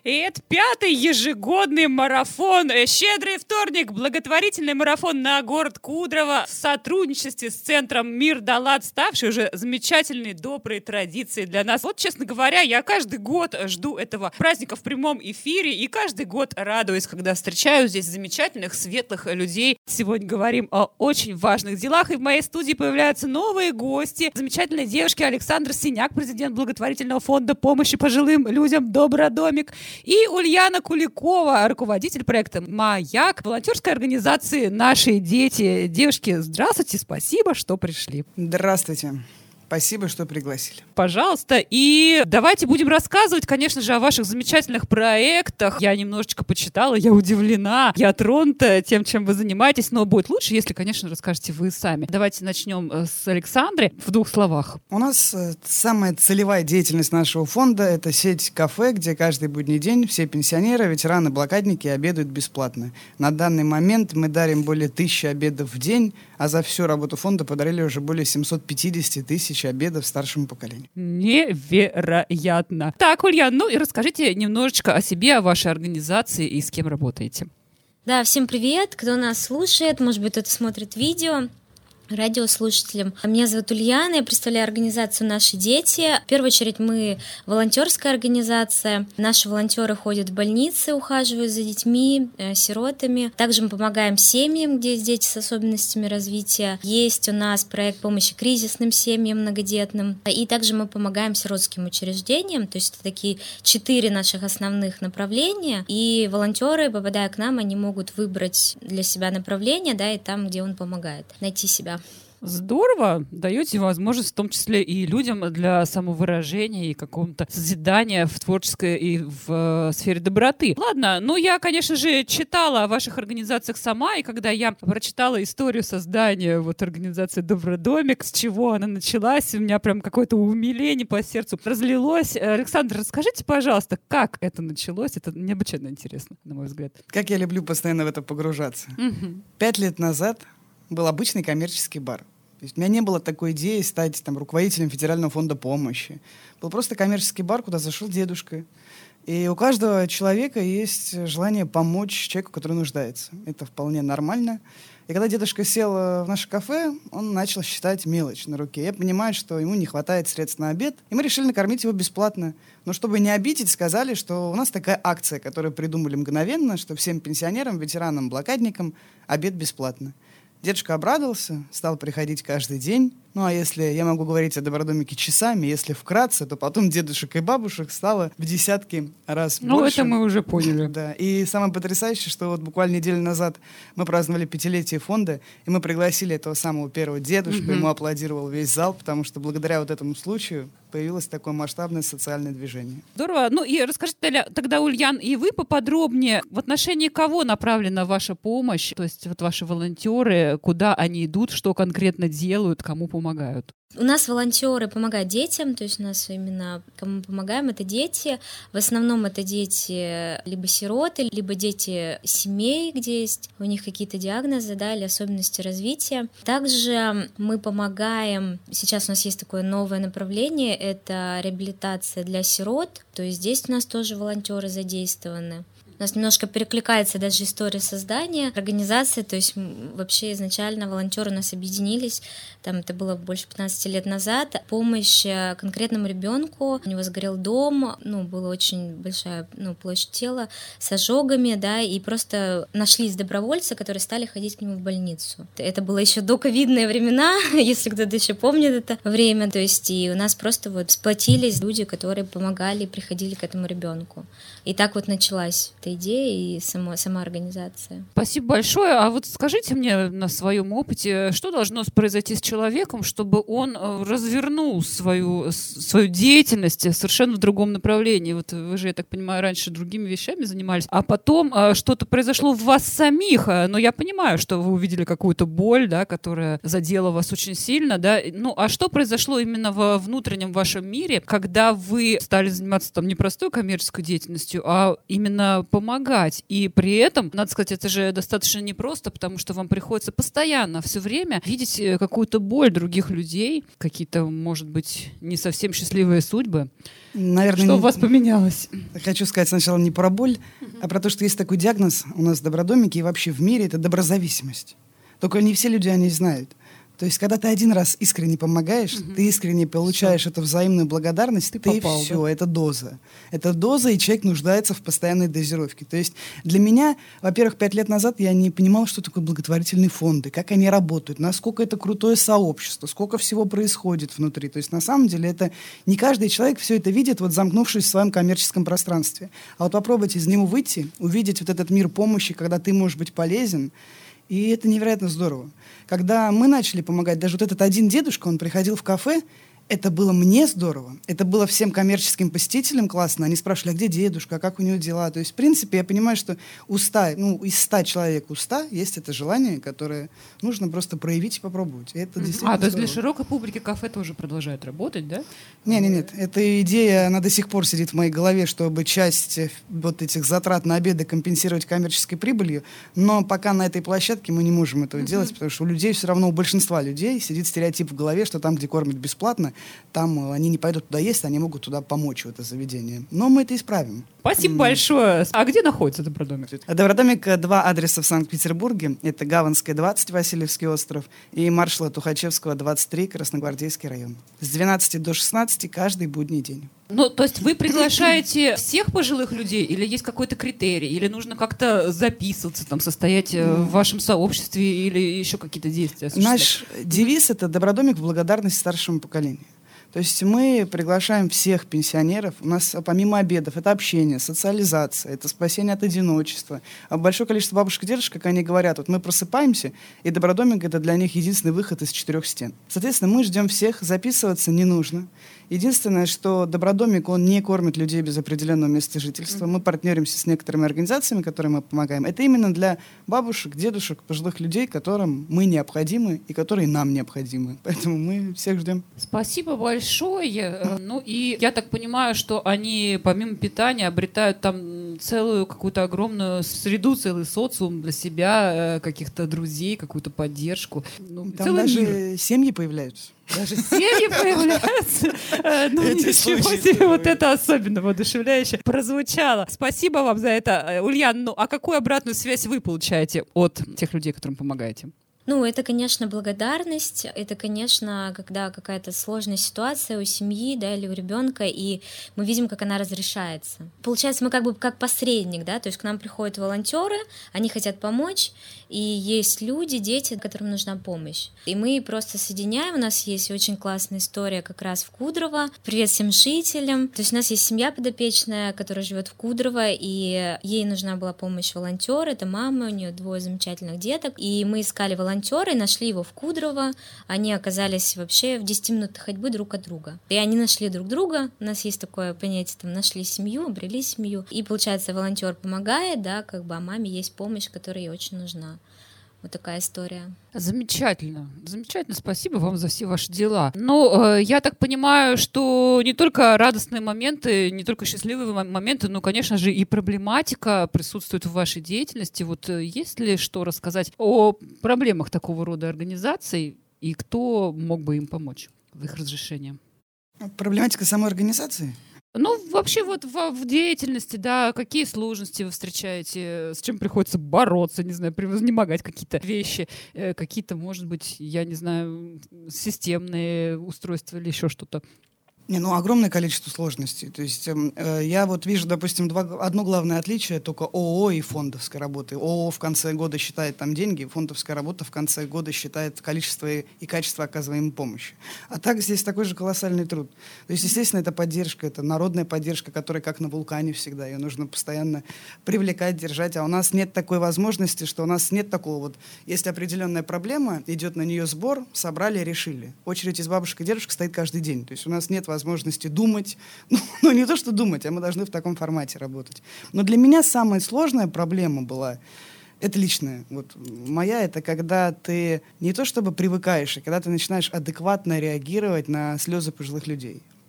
И это 5-й ежегодный марафон «Щедрый вторник», благотворительный марафон на город Кудрово в сотрудничестве с центром «Мир Далат», ставший уже замечательной, доброй традицией для нас. Вот, честно говоря, я каждый год жду этого праздника в прямом эфире и каждый год радуюсь, когда встречаю здесь замечательных, светлых людей. Сегодня говорим о очень важных делах, и в моей студии появляются новые гости. Замечательные девушки: Александр Синяк, президент благотворительного фонда помощи пожилым людям «Добродомик», и Ульяна Куликова, руководитель проекта «Маяк» волонтерской организации «Наши дети». Девушки, здравствуйте, спасибо, что пришли. Здравствуйте. Спасибо, что пригласили. Пожалуйста. И давайте будем рассказывать, конечно же, о ваших замечательных проектах. Я немножечко почитала, я удивлена, я тронута тем, чем вы занимаетесь, но будет лучше, если, конечно, расскажете вы сами. Давайте начнем с Александры в 2 словах. У нас самая целевая деятельность нашего фонда — это сеть кафе, где каждый будний день все пенсионеры, ветераны, блокадники обедают бесплатно. На данный момент мы дарим более 1000 обедов в день, а за всю работу фонда подарили уже более 750 тысяч обедов старшему поколению. Невероятно. Так, Ульяна, ну и расскажите немножечко о себе, о вашей организации и с кем работаете. Да, всем привет, кто нас слушает, может быть, кто-то смотрит видео. Радиослушателям. Меня зовут Ульяна, я представляю организацию «Наши дети». В первую очередь мы волонтерская организация. Наши волонтеры ходят в больницы, ухаживают за детьми, сиротами. Также мы помогаем семьям, где есть дети с особенностями развития. Есть у нас проект помощи кризисным семьям многодетным. И также мы помогаем сиротским учреждениям. То есть это такие 4 наших основных направления. И волонтеры, попадая к нам, они могут выбрать для себя направление, да, и там, где он помогает, найти себя. Здорово, даете возможность, в том числе и людям, для самовыражения и какого-то созидания в творческой и в сфере доброты. Ладно, ну я, конечно же, читала о ваших организациях сама, и когда я прочитала историю создания вот организации «Добродомик», с чего она началась, у меня прям какое-то умиление по сердцу разлилось. Александр, расскажите, пожалуйста, как это началось? Это необычайно интересно, на мой взгляд. Как я люблю постоянно в это погружаться. 5 лет назад был обычный коммерческий бар. То есть у меня не было такой идеи стать руководителем Федерального фонда помощи. Был просто коммерческий бар, куда зашел дедушка. И у каждого человека есть желание помочь человеку, который нуждается. Это вполне нормально. И когда дедушка сел в наше кафе, он начал считать мелочь на руке. Я понимаю, что ему не хватает средств на обед, и мы решили накормить его бесплатно. Но чтобы не обидеть, сказали, что у нас такая акция, которую придумали мгновенно, что всем пенсионерам, ветеранам, блокадникам обед бесплатно. Дедушка обрадовался, стал приходить каждый день. Ну, а если я могу говорить о Добродомике часами, если вкратце, то потом дедушек и бабушек стало в десятки раз больше. Ну, это мы уже поняли. Да. И самое потрясающее, что вот буквально неделю назад мы праздновали 5-летие фонда, и мы пригласили этого самого первого дедушку, ему аплодировал весь зал, потому что благодаря вот этому случаю появилось такое масштабное социальное движение. Здорово. Ну и расскажите тогда, Ульян, и вы поподробнее, в отношении кого направлена ваша помощь, то есть вот ваши волонтеры, куда они идут, что конкретно делают, кому помогают? У нас волонтеры помогают детям, то есть у нас именно кому мы помогаем, это дети. В основном это дети либо сироты, либо дети семей, где есть у них какие-то диагнозы, да, или особенности развития. Также мы помогаем, сейчас у нас есть такое новое направление, это реабилитация для сирот, то есть здесь у нас тоже волонтеры задействованы. У нас немножко перекликается даже история создания организации, то есть вообще изначально волонтеры у нас объединились, там это было больше 15 лет назад, помощь конкретному ребенку, у него сгорел дом, была очень большая площадь тела с ожогами, да, и просто нашлись добровольцы, которые стали ходить к нему в больницу. Это было еще до ковидные времена, если кто-то еще помнит это время, то есть и у нас просто вот сплотились люди, которые помогали и приходили к этому ребенку. И так вот началась эта идея и сама организация. Спасибо большое. А вот скажите мне на своем опыте, что должно произойти с человеком, чтобы он развернул свою деятельность совершенно в другом направлении? Вот вы же, я так понимаю, раньше другими вещами занимались, а потом что-то произошло в вас самих. Но я понимаю, что вы увидели какую-то боль, да, которая задела вас очень сильно, да. Ну, а что произошло именно во внутреннем вашем мире, когда вы стали заниматься там не простой коммерческой деятельностью, а именно помогать. И при этом, надо сказать, это же достаточно непросто, потому что вам приходится постоянно, все время видеть какую-то боль других людей, какие-то, может быть, не совсем счастливые судьбы. Наверное, что у вас поменялось? Хочу сказать сначала не про боль, а про то, что есть такой диагноз у нас в Добродомике и вообще в мире — это доброзависимость. Только не все люди о ней знают. То есть, когда ты один раз искренне помогаешь, ты искренне получаешь эту взаимную благодарность, ты попал, все, да? это доза. Это доза, и человек нуждается в постоянной дозировке. То есть, для меня, во-первых, 5 лет назад я не понимал, что такое благотворительные фонды, как они работают, насколько это крутое сообщество, сколько всего происходит внутри. То есть, на самом деле, это не каждый человек все это видит, вот замкнувшись в своем коммерческом пространстве. А вот попробовать из него выйти, увидеть вот этот мир помощи, когда ты можешь быть полезен, и это невероятно здорово. Когда мы начали помогать, даже вот этот один дедушка, он приходил в кафе, это было мне здорово, это было всем коммерческим посетителям классно. Они спрашивали, а где дедушка, а как у него дела? То есть, в принципе, я понимаю, что из 100 человек у 100 есть это желание, которое нужно просто проявить и попробовать. И это действительно то есть для здорово. широкой публики кафе тоже продолжает работать, да? Нет. Эта идея, она до сих пор сидит в моей голове, чтобы часть вот этих затрат на обеды компенсировать коммерческой прибылью, но пока на этой площадке мы не можем этого делать, потому что у людей все равно, у большинства людей сидит стереотип в голове, что там, где кормят бесплатно, там они не пойдут туда есть, они могут туда помочь в это заведение. Но мы это исправим. Спасибо большое. А где находится Добродомик? Добродомик, 2 адреса в Санкт-Петербурге. Это Гаванская, 20, Васильевский остров, и Маршала Тухачевского, 23, Красногвардейский район. С 12 до 16 каждый будний день. Ну, то есть вы приглашаете всех пожилых людей, или есть какой-то критерий, или нужно как-то записываться, там, состоять в вашем сообществе, или еще какие-то действия осуществлять? Наш девиз — это «Добродомик в благодарность старшему поколению». То есть мы приглашаем всех пенсионеров. У нас помимо обедов это общение, социализация, это спасение от одиночества. А большое количество бабушек и дедушек, как они говорят, вот мы просыпаемся, и Добродомик — это для них единственный выход из 4 стен. Соответственно, мы ждем всех, записываться не нужно. Единственное, что Добродомик, он не кормит людей без определенного места жительства. Мы партнеримся с некоторыми организациями, которым мы помогаем. Это именно для бабушек, дедушек, пожилых людей, которым мы необходимы и которые нам необходимы. Поэтому мы всех ждем. Спасибо большое. Ну и я так понимаю, что они помимо питания обретают там целую какую-то огромную среду, целый социум для себя, каких-то друзей, какую-то поддержку. Ну, там даже мир. Семьи появляются. Даже семьи появляются. Ну, ничего себе, вот это особенно воодушевляюще прозвучало. Спасибо вам за это, Ульяна. Ну, а какую обратную связь вы получаете от тех людей, которым помогаете? Ну, это, конечно, благодарность, это, конечно, когда какая-то сложная ситуация у семьи, да, или у ребенка, и мы видим, как она разрешается. Получается, мы как бы как посредник, да, то есть к нам приходят волонтеры, они хотят помочь, и есть люди, дети, которым нужна помощь. И мы просто соединяем, у нас есть очень классная история как раз в Кудрово. Привет всем жителям. То есть у нас есть семья подопечная, которая живет в Кудрово, и ей нужна была помощь волонтера, это мама, у нее 2 замечательных деток, и мы искали волонтера, нашли его в Кудрово, они оказались вообще в 10 минутах ходьбы друг от друга. И они нашли друг друга, у нас есть такое понятие, там, нашли семью, обрели семью, и, получается, волонтер помогает, да, как бы, а маме есть помощь, которая ей очень нужна. Вот такая история. Замечательно. Замечательно. Спасибо вам за все ваши дела. Но я так понимаю, что не только радостные моменты, не только счастливые моменты, но, конечно же, и проблематика присутствует в вашей деятельности. Вот есть ли что рассказать о проблемах такого рода организаций и кто мог бы им помочь в их разрешении? Проблематика самой организации? Ну, вообще вот в деятельности, да, какие сложности вы встречаете, с чем приходится бороться, не знаю, превознемогать какие-то вещи, какие-то, может быть, я не знаю, системные устройства или еще что-то. Огромное количество сложностей. То есть я вот вижу, допустим, одно главное отличие только ООО и фондовской работы. ООО в конце года считает там деньги, фондовская работа в конце года считает количество и качество оказываемой помощи. А так здесь такой же колоссальный труд. То есть, естественно, это поддержка, это народная поддержка, которая как на вулкане всегда. Ее нужно постоянно привлекать, держать. А у нас нет такой возможности, что у нас нет такого вот... Есть определенная проблема, идет на нее сбор, собрали, решили. Очередь из бабушек и дедушек стоит каждый день. То есть у нас нет возможности думать. Ну, не то, что думать, а мы должны в таком формате работать. Но для меня самая сложная проблема была, это личная. Вот моя, это когда ты не то чтобы привыкаешь, а когда ты начинаешь адекватно реагировать на слезы пожилых людей.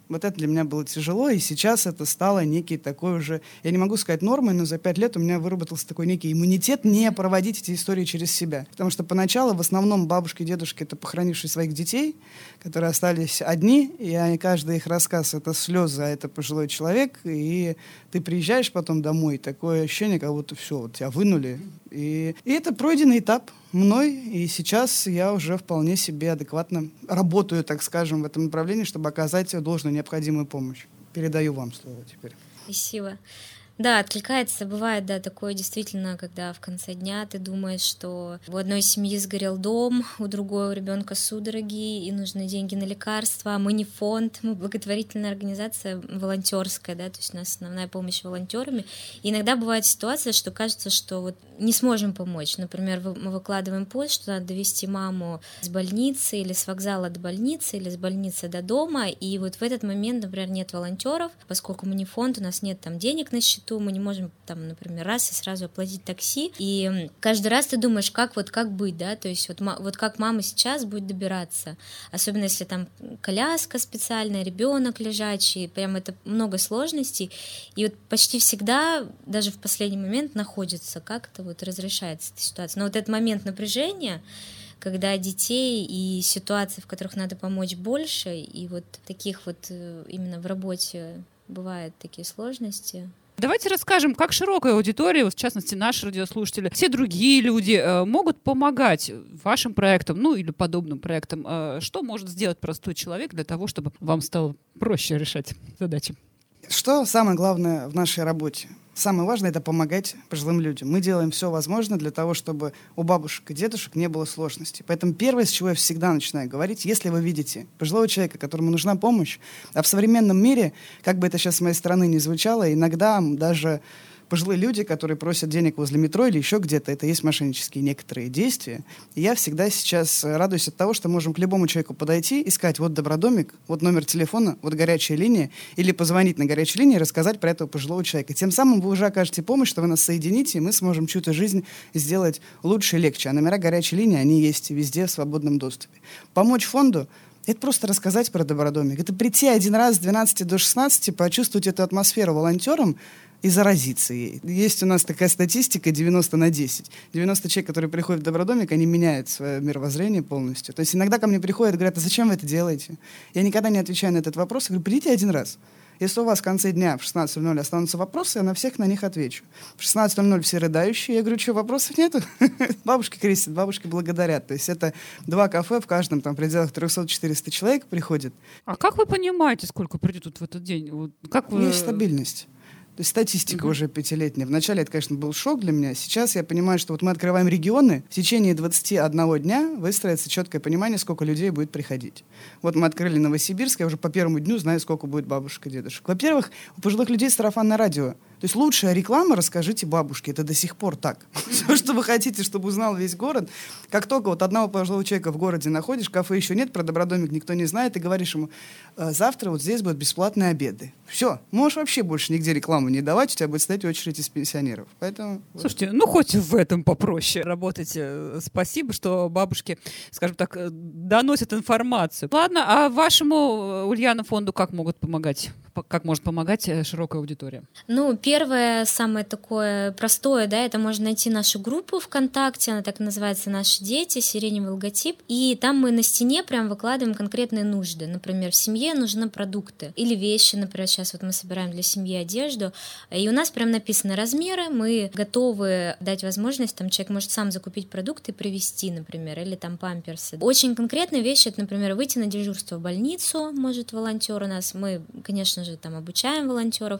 Вот это для меня было тяжело, и сейчас это стало некий такой уже, я не могу сказать нормой, но за 5 лет у меня выработался такой некий иммунитет не проводить эти истории через себя. Потому что поначалу в основном бабушки и дедушки — это похоронившие своих детей, которые остались одни, и каждый их рассказ — это слезы, а это пожилой человек, и ты приезжаешь потом домой, такое ощущение, как будто все, вот тебя вынули. И это пройденный этап мной, и сейчас я уже вполне себе адекватно работаю, так скажем, в этом направлении, чтобы оказать должную необходимую помощь. Передаю вам слово теперь. Спасибо. Да, откликается, бывает, да, такое действительно, когда в конце дня ты думаешь, что у одной семьи сгорел дом, у другой у ребенка судороги, и нужны деньги на лекарства, а мы не фонд, мы благотворительная организация волонтерская, да, то есть у нас основная помощь волонтерами. И иногда бывает ситуация, что кажется, что вот не сможем помочь. Например, мы выкладываем пост, что надо довести маму с больницы или с вокзала до больницы, или с больницы до дома, и вот в этот момент, например, нет волонтеров, поскольку мы не фонд, у нас нет там денег на счету, мы не можем там, например, раз и сразу оплатить такси, и каждый раз ты думаешь, как быть, да, то есть вот как мама сейчас будет добираться, особенно если там коляска специальная, ребенок лежачий, прям это много сложностей, и вот почти всегда, даже в последний момент находится, как это вот разрешается эта ситуация, но вот этот момент напряжения, когда детей и ситуации, в которых надо помочь больше, и вот таких вот именно в работе бывают такие сложности. Давайте расскажем, как широкая аудитория, в частности, наши радиослушатели, все другие люди могут помогать вашим проектам, ну или подобным проектам. Что может сделать простой человек для того, чтобы вам стало проще решать задачи? Что самое главное в нашей работе? Самое важное — это помогать пожилым людям. Мы делаем все возможное для того, чтобы у бабушек и дедушек не было сложностей. Поэтому первое, с чего я всегда начинаю говорить, если вы видите пожилого человека, которому нужна помощь, а в современном мире, как бы это сейчас с моей стороны ни звучало, иногда даже пожилые люди, которые просят денег возле метро или еще где-то, это есть мошеннические некоторые действия. И я всегда сейчас радуюсь от того, что можем к любому человеку подойти и сказать: вот Добродомик, вот номер телефона, вот горячая линия, или позвонить на горячую линию и рассказать про этого пожилого человека. Тем самым вы уже окажете помощь, что вы нас соедините, и мы сможем чью-то жизнь сделать лучше и легче. А номера горячей линии, они есть везде в свободном доступе. Помочь фонду — это просто рассказать про Добродомик. Это прийти один раз с 12 до 16, почувствовать эту атмосферу волонтером и заразиться ей. Есть у нас такая статистика 90/10. 90 человек, которые приходят в Добродомик, они меняют свое мировоззрение полностью. То есть иногда ко мне приходят и говорят: а зачем вы это делаете? Я никогда не отвечаю на этот вопрос. Я говорю: придите один раз. Если у вас в конце дня в 16:00 останутся вопросы, я на всех на них отвечу. В 16:00 все рыдающие. Я говорю: что, вопросов нету? Бабушки крестят, бабушки благодарят. То есть это 2 кафе, в каждом там в пределах 300-400 человек приходит. А как вы понимаете, сколько придет вот в этот день? Вот как вы... Есть стабильность. То есть статистика уже 5-летняя. Вначале это, конечно, был шок для меня. Сейчас я понимаю, что вот мы открываем регионы, в течение 21 дня выстроится четкое понимание, сколько людей будет приходить. Вот мы открыли Новосибирск, я уже по первому дню знаю, сколько будет бабушек и дедушек. Во-первых, у пожилых людей сарафанное радио. То есть лучшая реклама — расскажите бабушке. Это до сих пор так. Все, что вы хотите, чтобы узнал весь город. Как только вот одного пожилого человека в городе находишь, кафе еще нет, про Добродомик никто не знает, и говоришь ему: завтра вот здесь будут бесплатные обеды. Все, можешь вообще больше нигде рекламу не давать, у тебя будет стоять очередь из пенсионеров. Поэтому... Слушайте, ну хоть в этом попроще работайте. Спасибо, что бабушки, скажем так, доносят информацию. Ладно, а вашему Ульяна фонду как могут помогать? Как может помогать широкая аудитория? Ну, первое, самое такое простое, да, это можно найти нашу группу ВКонтакте, она так называется «Наши дети», сиреневый логотип, и там мы на стене прям выкладываем конкретные нужды. Например, в семье нужны продукты или вещи, например, сейчас вот мы собираем для семьи одежду, и у нас прям написаны размеры, мы готовы дать возможность, там человек может сам закупить продукты и привезти, например, или там памперсы. Очень конкретные вещи, это, например, выйти на дежурство в больницу, может волонтер у нас, мы, конечно же, там обучаем волонтеров,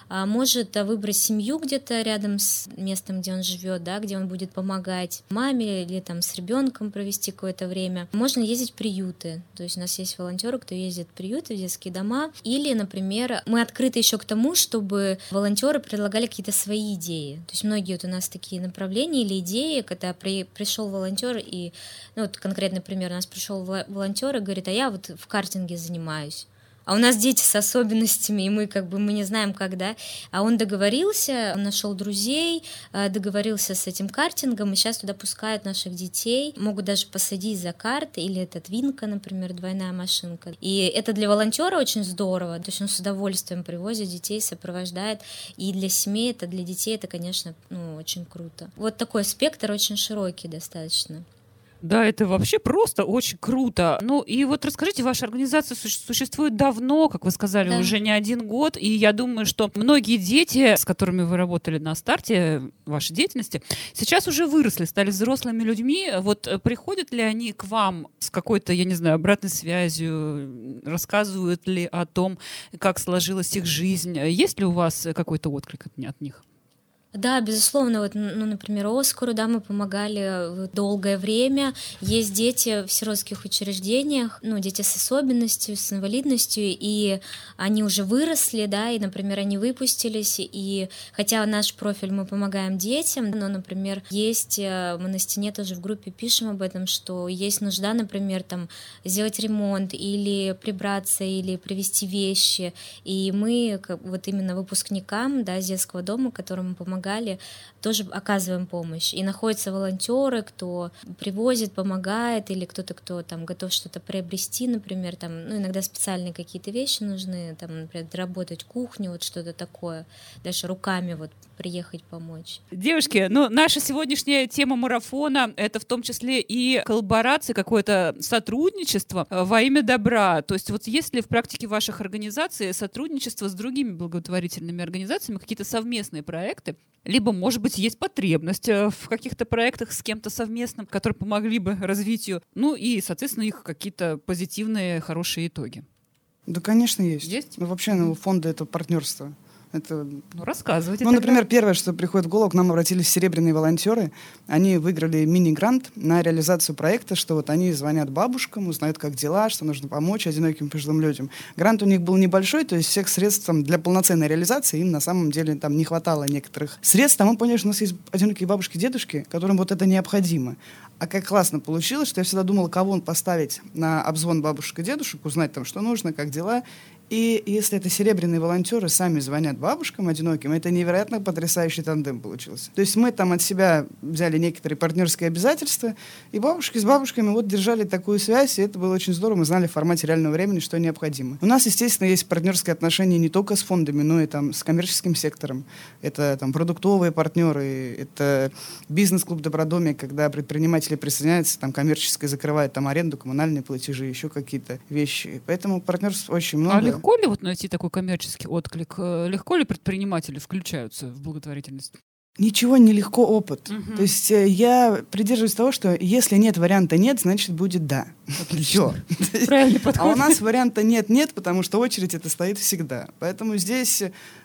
может выбрать семью где-то рядом с местом, где он живет, да, где он будет помогать маме или там с ребенком провести какое-то время. Можно ездить в приюты, то есть у нас есть волонтеры, кто ездит в приюты, в детские дома, или, например, мы открыты еще к тому, чтобы волонтеры предлагали какие-то свои идеи. То есть многие вот у нас такие направления или идеи, когда пришел волонтер и, ну вот конкретный пример, у нас пришел волонтер и говорит: а я вот в картинге занимаюсь. А у нас дети с особенностями, и мы не знаем, когда. А он договорился, он нашел друзей, договорился с этим картингом, и сейчас туда пускают наших детей. Могут даже посадить за карт, или это твинка, например, двойная машинка. И это для волонтера очень здорово. То есть он с удовольствием привозит детей, сопровождает. И для семей, это для детей, это, конечно, очень круто. Вот такой спектр очень широкий достаточно. Да, это вообще просто очень круто. Ну и вот расскажите, ваша организация существует давно, как вы сказали, Да. уже не 1 год, и я думаю, что многие дети, с которыми вы работали на старте вашей деятельности, сейчас уже выросли, стали взрослыми людьми. Вот приходят ли они к вам с какой-то, я не знаю, обратной связью, рассказывают ли о том, как сложилась их жизнь? Есть ли у вас какой-то отклик от них? Да, безусловно, вот, например, Оскару, да, мы помогали долгое время. Есть дети в сиротских учреждениях, дети с особенностью, с инвалидностью, и они уже выросли, да, и, например, они выпустились, и хотя наш профиль мы помогаем детям, но, например, есть, мы на стене тоже в группе пишем об этом, что есть нужда, например, там, сделать ремонт или прибраться, или привезти вещи, и мы вот именно выпускникам, да, с детского дома, которым мы помогаем, тоже оказываем помощь. И находятся волонтеры, кто привозит, помогает, или кто-то, кто там готов что-то приобрести, например, там, иногда специальные какие-то вещи нужны, там, например, доработать кухню, вот что-то такое, даже руками вот приехать помочь. Девушки, наша сегодняшняя тема марафона — это в том числе и коллаборация, какое-то сотрудничество во имя добра. То есть вот есть ли в практике ваших организаций сотрудничество с другими благотворительными организациями, какие-то совместные проекты? Либо, может быть, есть потребность в каких-то проектах с кем-то совместным, которые помогли бы развитию, и, соответственно, их какие-то позитивные, хорошие итоги. Да, конечно, есть. Есть? Вообще, фонды — это партнерство. Это... рассказывайте. Например, первое, что приходит в голову, к нам обратились серебряные волонтеры. Они выиграли мини-грант на реализацию проекта, что вот они звонят бабушкам, узнают, как дела, что нужно помочь одиноким пожилым людям. Грант у них был небольшой, то есть всех средств для полноценной реализации им на самом деле там не хватало некоторых средств. А мы поняли, что у нас есть одинокие бабушки и дедушки, которым вот это необходимо. А как классно получилось, что я всегда думала, кого поставить на обзвон бабушек и дедушек, узнать там, что нужно, как дела. И если это серебряные волонтеры сами звонят бабушкам одиноким, это невероятно потрясающий тандем получился. То есть мы там от себя взяли некоторые партнерские обязательства, и бабушки с бабушками вот держали такую связь, и это было очень здорово, мы знали в формате реального времени, что необходимо. У нас, естественно, есть партнерские отношения не только с фондами, но и там с коммерческим сектором. Это там продуктовые партнеры, это бизнес-клуб «Добродомик», когда предприниматели присоединяются, там коммерческое закрывает там аренду, коммунальные платежи, еще какие-то вещи. Поэтому партнерств очень много. Легко ли найти такой коммерческий отклик? Легко ли предприниматели включаются в благотворительность? Ничего не легко опыт. Угу. То есть я придерживаюсь того, что если нет варианта «нет», значит будет «да». Отлично. Правильный подход. А у нас варианта «нет», потому что очередь это стоит всегда. Поэтому здесь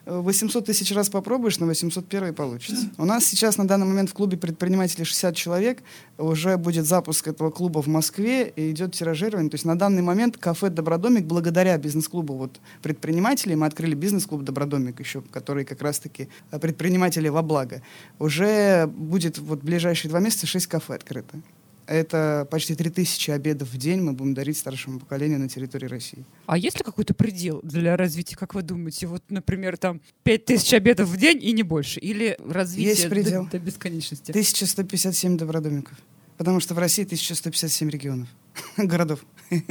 800 тысяч раз попробуешь, на 801 получится. У нас сейчас на данный момент в клубе предпринимателей 60 человек. Уже будет запуск этого клуба в Москве, и идет тиражирование. То есть на данный момент кафе «Добродомик», благодаря бизнес-клубу предпринимателей, мы открыли бизнес-клуб «Добродомик» еще, который как раз-таки предприниматели во благо. Уже будет в ближайшие 2 месяца 6 кафе открыто. Это почти 3000 обедов в день мы будем дарить старшему поколению на территории России. А есть ли какой-то предел для развития, как вы думаете? Вот, например, там 5000 обедов в день и не больше? Или развитие есть предел. До бесконечности? 1157 добродомиков. Потому что в России 1157 регионов, городов.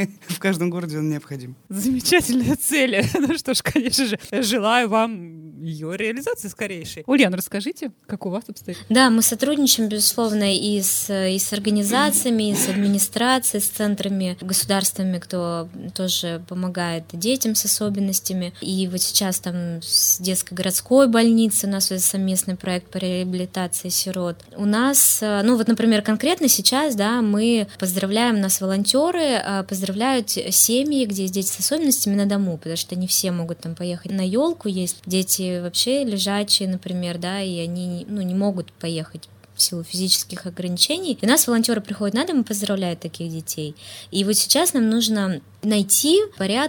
В каждом городе он необходим. Замечательная цель. Ну что ж, конечно же, желаю вам ее реализации скорейшей. Ульяна, расскажите, как у вас обстоит? Да, мы сотрудничаем, безусловно, и с организациями, и с администрацией, с центрами государственными, кто тоже помогает детям с особенностями. И вот сейчас там с детской городской больницей у нас совместный проект по реабилитации сирот. У нас, например, конкретно сейчас, да, мы поздравляем, нас волонтеры поздравляют семьи, где есть дети с особенностями на дому, потому что не все могут там поехать на елку, есть дети вообще лежачие, например, да, и они не могут поехать в силу физических ограничений. И у нас волонтеры приходят на дом и поздравляют таких детей. И вот сейчас нам нужно найти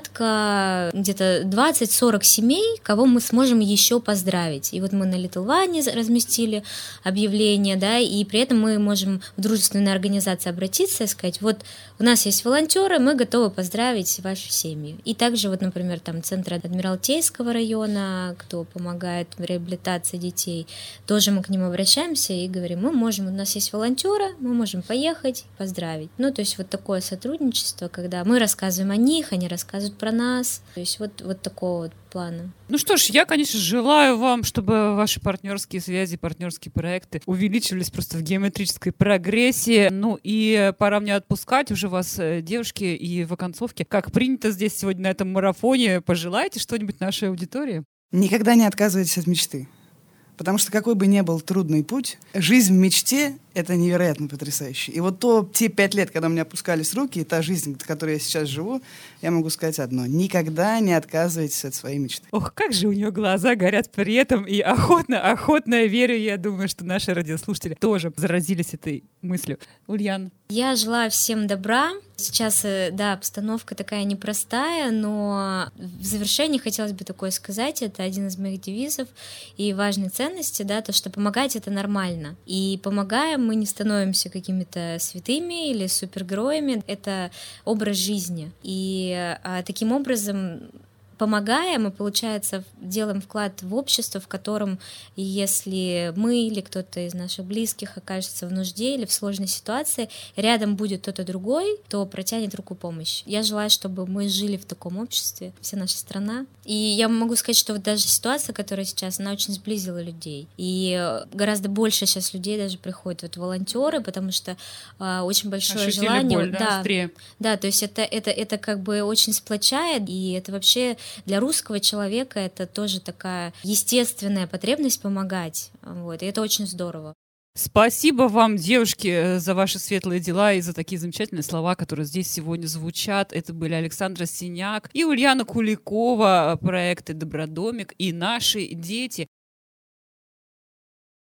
порядка где-то 20-40 семей, кого мы сможем еще поздравить. И вот мы на Little One разместили объявление, да, и при этом мы можем в дружественную организацию обратиться и сказать: вот у нас есть волонтеры, мы готовы поздравить ваши семьи. И также вот, например, там центр Адмиралтейского района, кто помогает в реабилитации детей, тоже мы к ним обращаемся и говорим: мы можем, у нас есть волонтеры, мы можем поехать, поздравить. Ну, то есть вот такое сотрудничество, когда мы рассказываем о них, они рассказывают про нас. То есть вот такого вот плана. Ну что ж, я, конечно, желаю вам, чтобы ваши партнерские связи, партнерские проекты увеличивались просто в геометрической прогрессии. Ну и пора мне отпускать уже вас, девушки, и в оконцовке, как принято здесь сегодня на этом марафоне, пожелайте что-нибудь нашей аудитории. Никогда не отказывайтесь от мечты. Потому что какой бы ни был трудный путь, жизнь в мечте — это невероятно потрясающе. И вот те 5 лет, когда у меня опускались руки, и та жизнь, в которой я сейчас живу, я могу сказать одно: никогда не отказывайтесь от своей мечты. Ох, как же у нее глаза горят при этом, и охотно верю, я думаю, что наши радиослушатели тоже заразились этой мыслью. Ульяна. Я желаю всем добра. Сейчас, да, обстановка такая непростая, но в завершении хотелось бы такое сказать. Это один из моих девизов и важной ценности, да, то, что помогать — это нормально. И помогаем, мы не становимся какими-то святыми или супергероями. Это образ жизни. И таким образом, помогая, мы, получается, делаем вклад в общество, в котором, если мы или кто-то из наших близких окажется в нужде или в сложной ситуации, рядом будет кто-то другой, кто протянет руку помощи. Я желаю, чтобы мы жили в таком обществе, вся наша страна. И я могу сказать, что вот даже ситуация, которая сейчас, она очень сблизила людей. И гораздо больше сейчас людей даже приходят вот волонтеры, потому что очень большое желание. Боль, да, быстрее. Да, то есть это как бы очень сплочает, и это вообще для русского человека это тоже такая естественная потребность помогать. Вот, и это очень здорово. Спасибо вам, девушки, за ваши светлые дела и за такие замечательные слова, которые здесь сегодня звучат. Это были Александра Синяк и Ульяна Куликова, проекты «Добродомик» и «Наши дети».